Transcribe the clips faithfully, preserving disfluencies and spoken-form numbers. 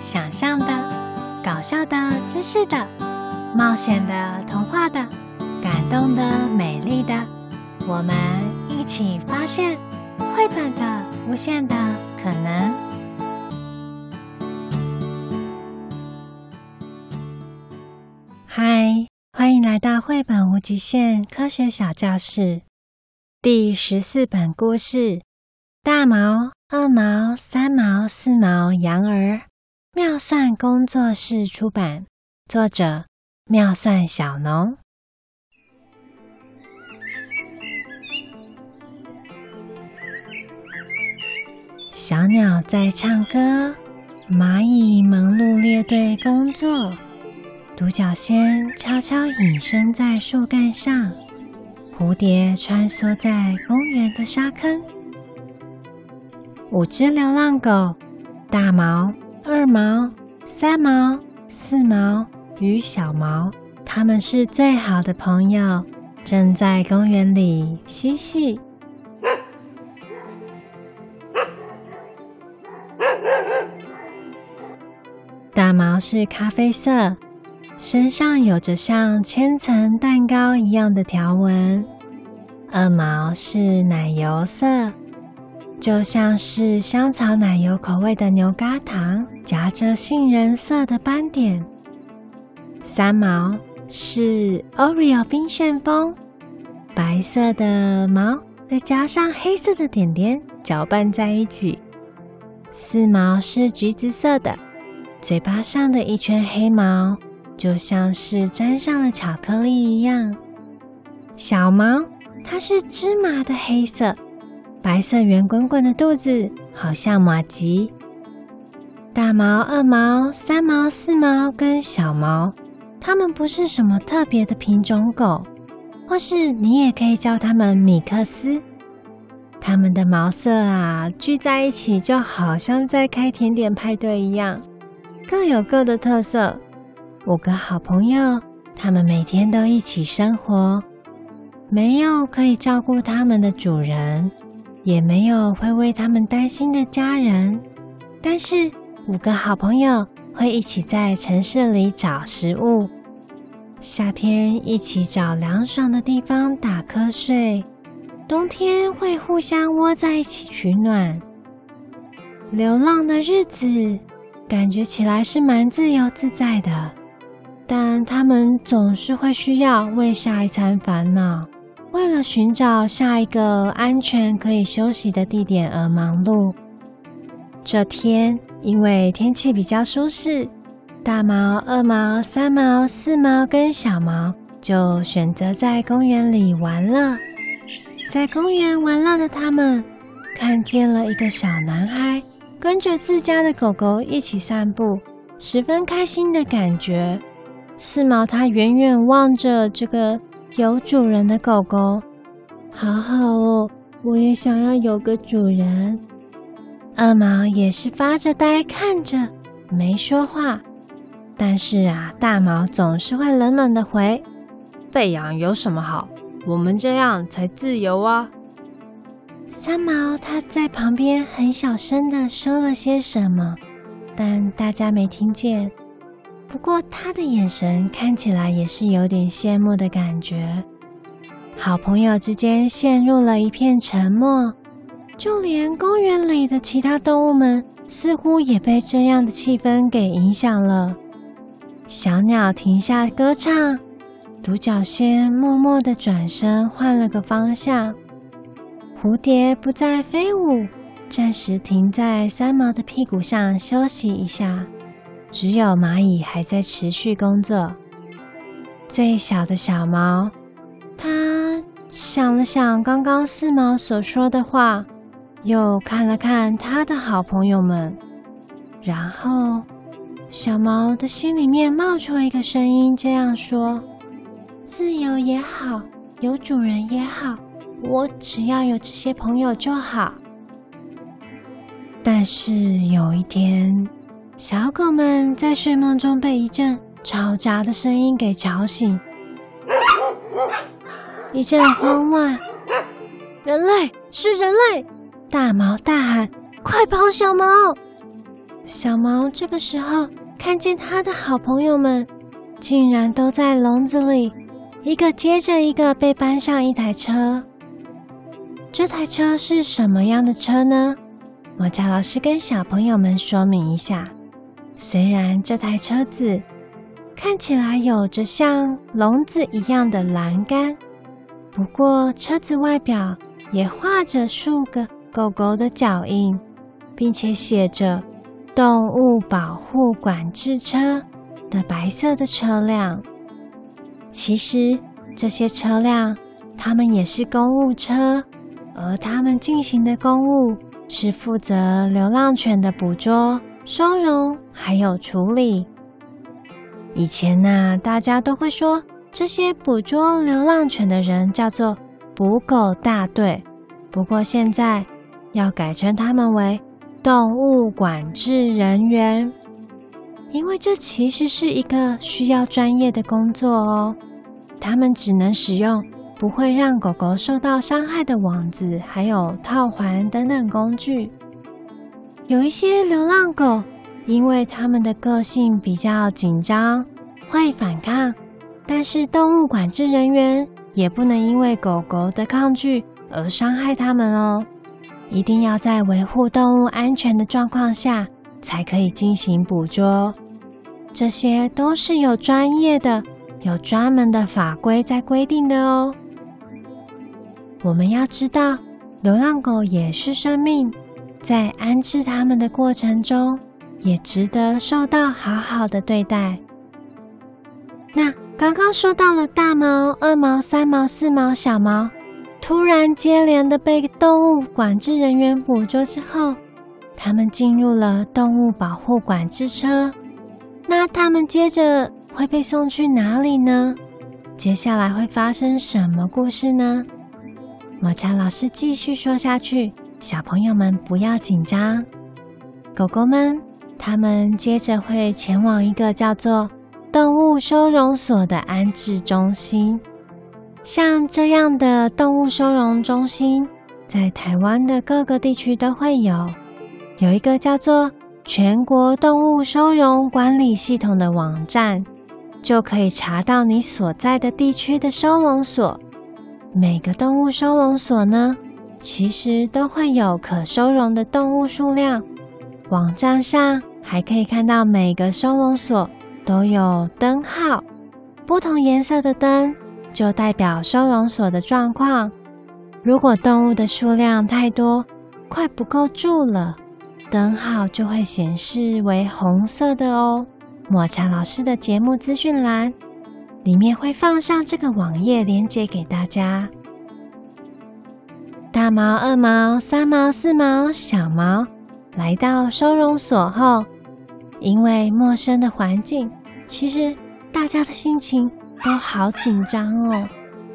想象的、搞笑的、知识的、冒险的、童话的、感动的、美丽的，我们一起发现绘本的无限的可能。嗨，欢迎来到绘本无极限科学小教室第十四本故事：大毛、二毛、三毛、四毛羊儿，妙算工作室出版，作者妙算小农。小鸟在唱歌，蚂蚁忙碌列队工作，独角仙悄悄隐身在树干上，蝴蝶穿梭在公园的沙坑。五只流浪狗，大毛、二毛、三毛、四毛与小毛，它们是最好的朋友，正在公园里嬉戏。大毛是咖啡色，身上有着像千层蛋糕一样的条纹。二毛是奶油色，就像是香草奶油口味的牛轧糖，夹着杏仁色的斑点。三毛是 Oreo 冰旋风，白色的毛再加上黑色的点点搅拌在一起。四毛是橘子色的，嘴巴上的一圈黑毛就像是沾上了巧克力一样。小毛它是芝麻的黑色，白色圆滚滚的肚子好像麻糬。大毛、二毛、三毛、四毛跟小毛，它们不是什么特别的品种狗，或是你也可以叫它们米克斯。它们的毛色啊，聚在一起就好像在开甜点派对一样，各有各的特色。五个好朋友，他们每天都一起生活，没有可以照顾他们的主人，也没有会为他们担心的家人，但是五个好朋友会一起在城市里找食物，夏天一起找凉爽的地方打瞌睡，冬天会互相窝在一起取暖。流浪的日子感觉起来是蛮自由自在的，但他们总是会需要为下一餐烦恼，为了寻找下一个安全可以休息的地点而忙碌。这天，因为天气比较舒适，大毛、二毛、三毛、四毛跟小毛就选择在公园里玩乐。在公园玩乐的他们看见了一个小男孩跟着自家的狗狗一起散步，十分开心的感觉。四毛他远远望着这个有主人的狗狗，好好哦，我也想要有个主人。二毛也是发着呆看着，没说话。但是啊，大毛总是会冷冷的回：被养有什么好？我们这样才自由啊。三毛他在旁边很小声的说了些什么，但大家没听见。不过他的眼神看起来也是有点羡慕的感觉。好朋友之间陷入了一片沉默，就连公园里的其他动物们似乎也被这样的气氛给影响了。小鸟停下歌唱，独角仙默默地转身换了个方向，蝴蝶不再飞舞，暂时停在三毛的屁股上休息一下。只有蚂蚁还在持续工作。最小的小毛，他想了想刚刚四毛所说的话，又看了看他的好朋友们，然后小毛的心里面冒出了一个声音，这样说：自由也好，有主人也好，我只要有这些朋友就好。但是有一天，小狗们在睡梦中被一阵嘈杂的声音给吵醒，一阵慌乱。人类，是人类！大毛大喊：快跑，小毛！ 小毛这个时候看见他的好朋友们竟然都在笼子里，一个接着一个被搬上一台车。这台车是什么样的车呢？抹茶老师跟小朋友们说明一下。虽然这台车子看起来有着像笼子一样的栏杆，不过车子外表也画着数个狗狗的脚印，并且写着动物保护管制车的白色的车辆。其实这些车辆它们也是公务车，而它们进行的公务是负责流浪犬的捕捉、收容还有处理。以前啊，大家都会说这些捕捉流浪犬的人叫做捕狗大队，不过现在要改称他们为动物管制人员，因为这其实是一个需要专业的工作哦。他们只能使用不会让狗狗受到伤害的网子，还有套环等等工具。有一些流浪狗，因为它们的个性比较紧张，会反抗，但是动物管制人员也不能因为狗狗的抗拒而伤害它们哦。一定要在维护动物安全的状况下才可以进行捕捉，这些都是有专业的、有专门的法规在规定的哦。我们要知道，流浪狗也是生命，在安置它们的过程中，也值得受到好好的对待。那刚刚说到了大毛、二毛、三毛、四毛、小毛，突然接连的被动物管制人员捕捉之后，他们进入了动物保护管制车。那他们接着会被送去哪里呢？接下来会发生什么故事呢？抹茶老师继续说下去，小朋友们不要紧张。狗狗们，他们接着会前往一个叫做动物收容所的安置中心。像这样的动物收容中心，在台湾的各个地区都会有。有一个叫做全国动物收容管理系统的网站，就可以查到你所在的地区的收容所。每个动物收容所呢，其实都会有可收容的动物数量。网站上还可以看到每个收容所都有灯号，不同颜色的灯就代表收容所的状况。如果动物的数量太多，快不够住了，灯号就会显示为红色的哦。抹茶老师的节目资讯栏里面会放上这个网页连结给大家。大毛、二毛、三毛、四毛、小毛来到收容所后，因为陌生的环境，其实大家的心情都好紧张哦。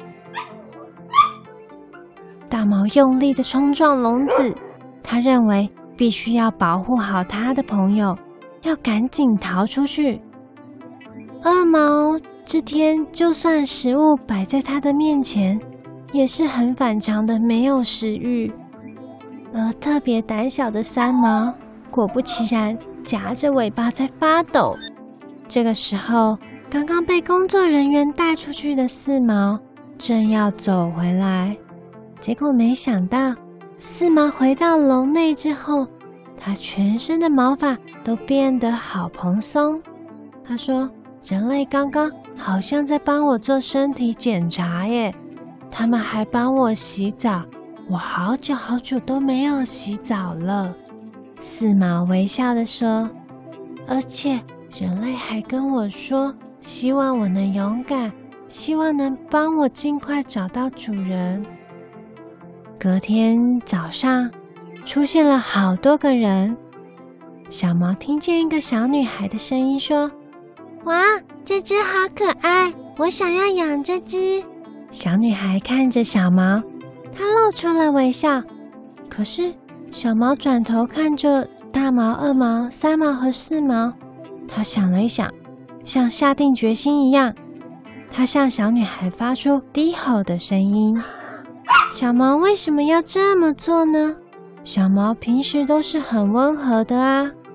大毛用力的冲撞笼子，他认为必须要保护好他的朋友，要赶紧逃出去。二毛这天就算食物摆在他的面前，也是很反常的没有食欲。而特别胆小的三毛，果不其然夹着尾巴在发抖。这个时候，刚刚被工作人员带出去的四毛正要走回来，结果没想到四毛回到笼内之后，他全身的毛发都变得好蓬松。他说，人类刚刚好像在帮我做身体检查耶，他们还帮我洗澡，我好久好久都没有洗澡了。四毛微笑地说，而且人类还跟我说，希望我能勇敢，希望能帮我尽快找到主人。隔天早上出现了好多个人，小毛听见一个小女孩的声音说，哇，这只好可爱，我想要养这只。小女孩看着小毛，她露出了微笑。可是小毛转头看着大毛、二毛、三毛和四毛，他想了一想，像下定决心一样，他向小女孩发出低吼的声音。小毛为什么要这么做呢？小毛平时都是很温和的啊。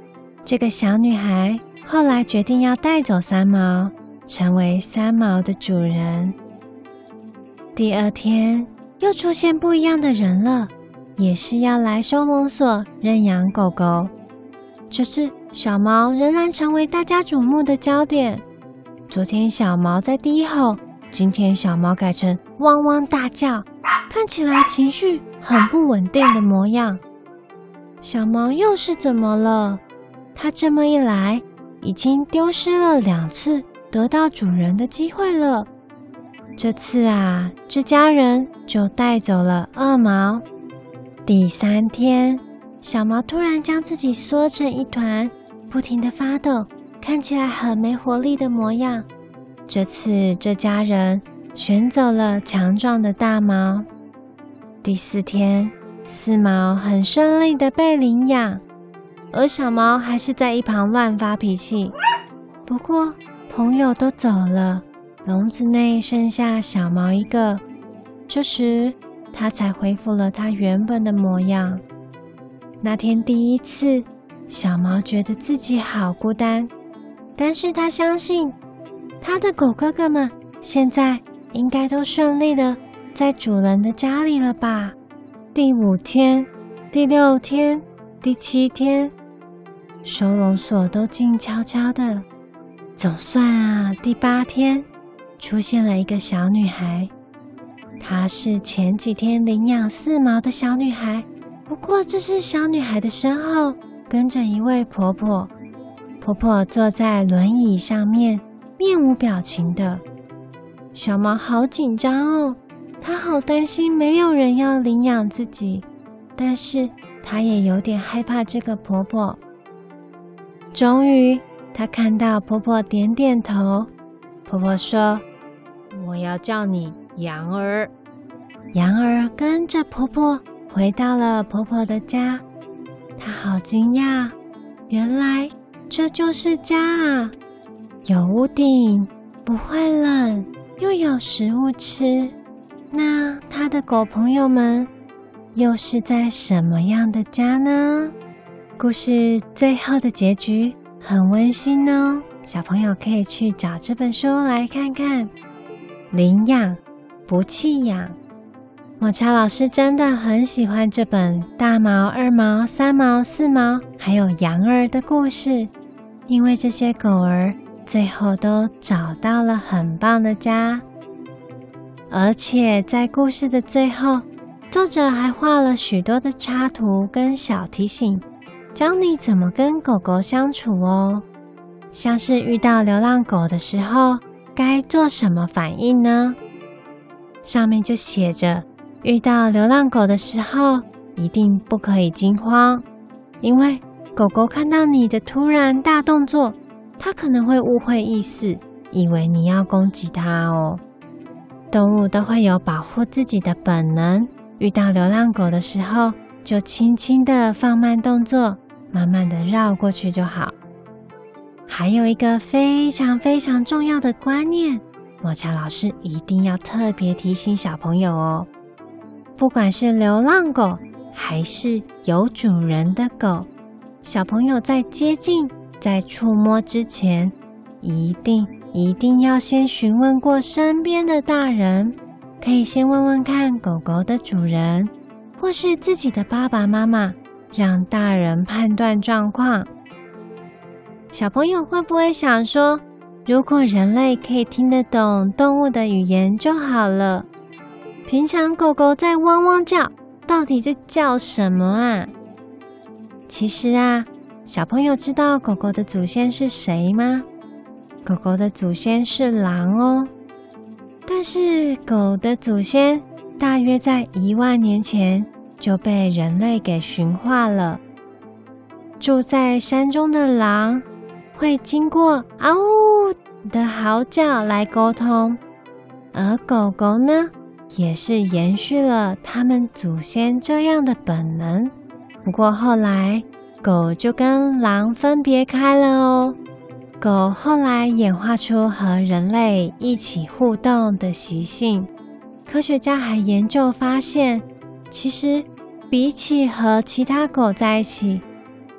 这个小女孩后来决定要带走三毛，成为三毛的主人。第二天又出现不一样的人了，也是要来收容所认养狗狗。这次小毛仍然成为大家瞩目的焦点。昨天小毛在低吼，今天小毛改成汪汪大叫，看起来情绪很不稳定的模样。小毛又是怎么了？它这么一来，已经丢失了两次得到主人的机会了。这次啊，这家人就带走了二毛。第三天，小毛突然将自己缩成一团，不停地发抖，看起来很没活力的模样。这次这家人选走了强壮的大毛。第四天，四毛很顺利地被领养，而小毛还是在一旁乱发脾气。不过朋友都走了，笼子内剩下小毛一个。这时他才恢复了他原本的模样。那天第一次，小毛觉得自己好孤单，但是他相信他的狗哥哥们现在应该都顺利的在主人的家里了吧。第五天、第六天、第七天，收容所都静悄悄的。总算啊，第八天出现了一个小女孩，她是前几天领养四毛的小女孩。不过这是小女孩的身后跟着一位婆婆，婆婆坐在轮椅上面，面无表情的。小毛好紧张哦，她好担心没有人要领养自己，但是她也有点害怕这个婆婆。终于她看到婆婆点点头，婆婆说：我要叫你杨儿。杨儿跟着婆婆回到了婆婆的家，她好惊讶，原来这就是家啊！有屋顶，不会冷，又有食物吃。那她的狗朋友们又是在什么样的家呢？故事最后的结局很温馨哦，小朋友可以去找这本书来看看。领养不弃养。抹茶老师真的很喜欢这本大毛、二毛、三毛、四毛还有羊儿的故事，因为这些狗儿最后都找到了很棒的家。而且在故事的最后，作者还画了许多的插图跟小提醒，教你怎么跟狗狗相处哦。像是遇到流浪狗的时候该做什么反应呢？上面就写着，遇到流浪狗的时候一定不可以惊慌，因为狗狗看到你的突然大动作，它可能会误会意思，以为你要攻击它哦。动物都会有保护自己的本能，遇到流浪狗的时候就轻轻的放慢动作，慢慢的绕过去就好。还有一个非常非常重要的观念，抹茶老师一定要特别提醒小朋友哦。不管是流浪狗还是有主人的狗，小朋友在接近、在触摸之前，一定一定要先询问过身边的大人，可以先问问看狗狗的主人，或是自己的爸爸妈妈，让大人判断状况。小朋友会不会想说，如果人类可以听得懂动物的语言就好了？平常狗狗在汪汪叫，到底在叫什么啊？其实啊，小朋友知道狗狗的祖先是谁吗？狗狗的祖先是狼哦。但是狗的祖先大约在一万年前就被人类给驯化了。住在山中的狼会经过嗷呜的嚎叫来沟通，而狗狗呢，也是延续了他们祖先这样的本能。不过后来狗就跟狼分别开了哦。狗后来演化出和人类一起互动的习性。科学家还研究发现，其实比起和其他狗在一起，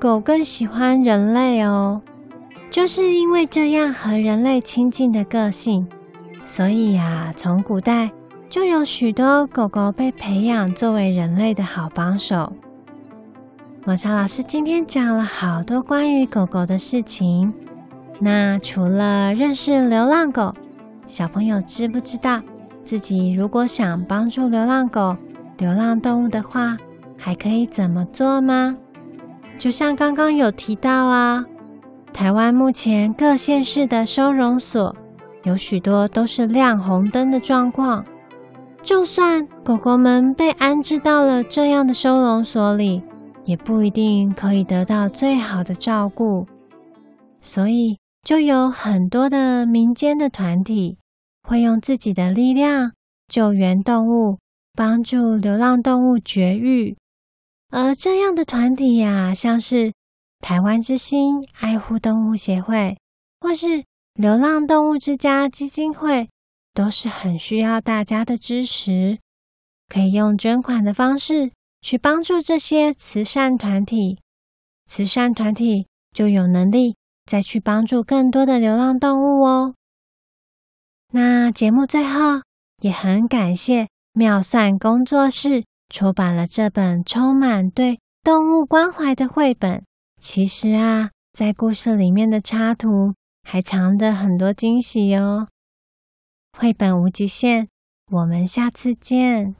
狗更喜欢人类哦。就是因为这样和人类亲近的个性，所以啊，从古代就有许多狗狗被培养作为人类的好帮手。抹茶老师今天讲了好多关于狗狗的事情，那除了认识流浪狗，小朋友知不知道自己如果想帮助流浪狗、流浪动物的话，还可以怎么做吗？就像刚刚有提到啊，台湾目前各县市的收容所有许多都是亮红灯的状况，就算狗狗们被安置到了这样的收容所里，也不一定可以得到最好的照顾，所以就有很多的民间的团体会用自己的力量救援动物，帮助流浪动物绝育。而这样的团体呀，像是台湾之心爱护动物协会或是流浪动物之家基金会，都是很需要大家的支持，可以用捐款的方式去帮助这些慈善团体，慈善团体就有能力再去帮助更多的流浪动物哦。那节目最后也很感谢妙算工作室出版了这本充满对动物关怀的绘本。其实啊，在故事里面的插图还藏着很多惊喜哦。绘本无极限，我们下次见。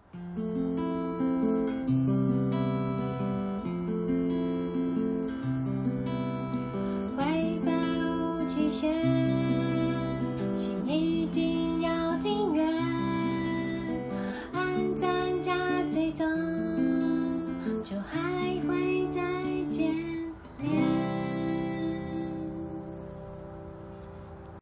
绘本无极限，请一定要订阅，按赞加追踪，就还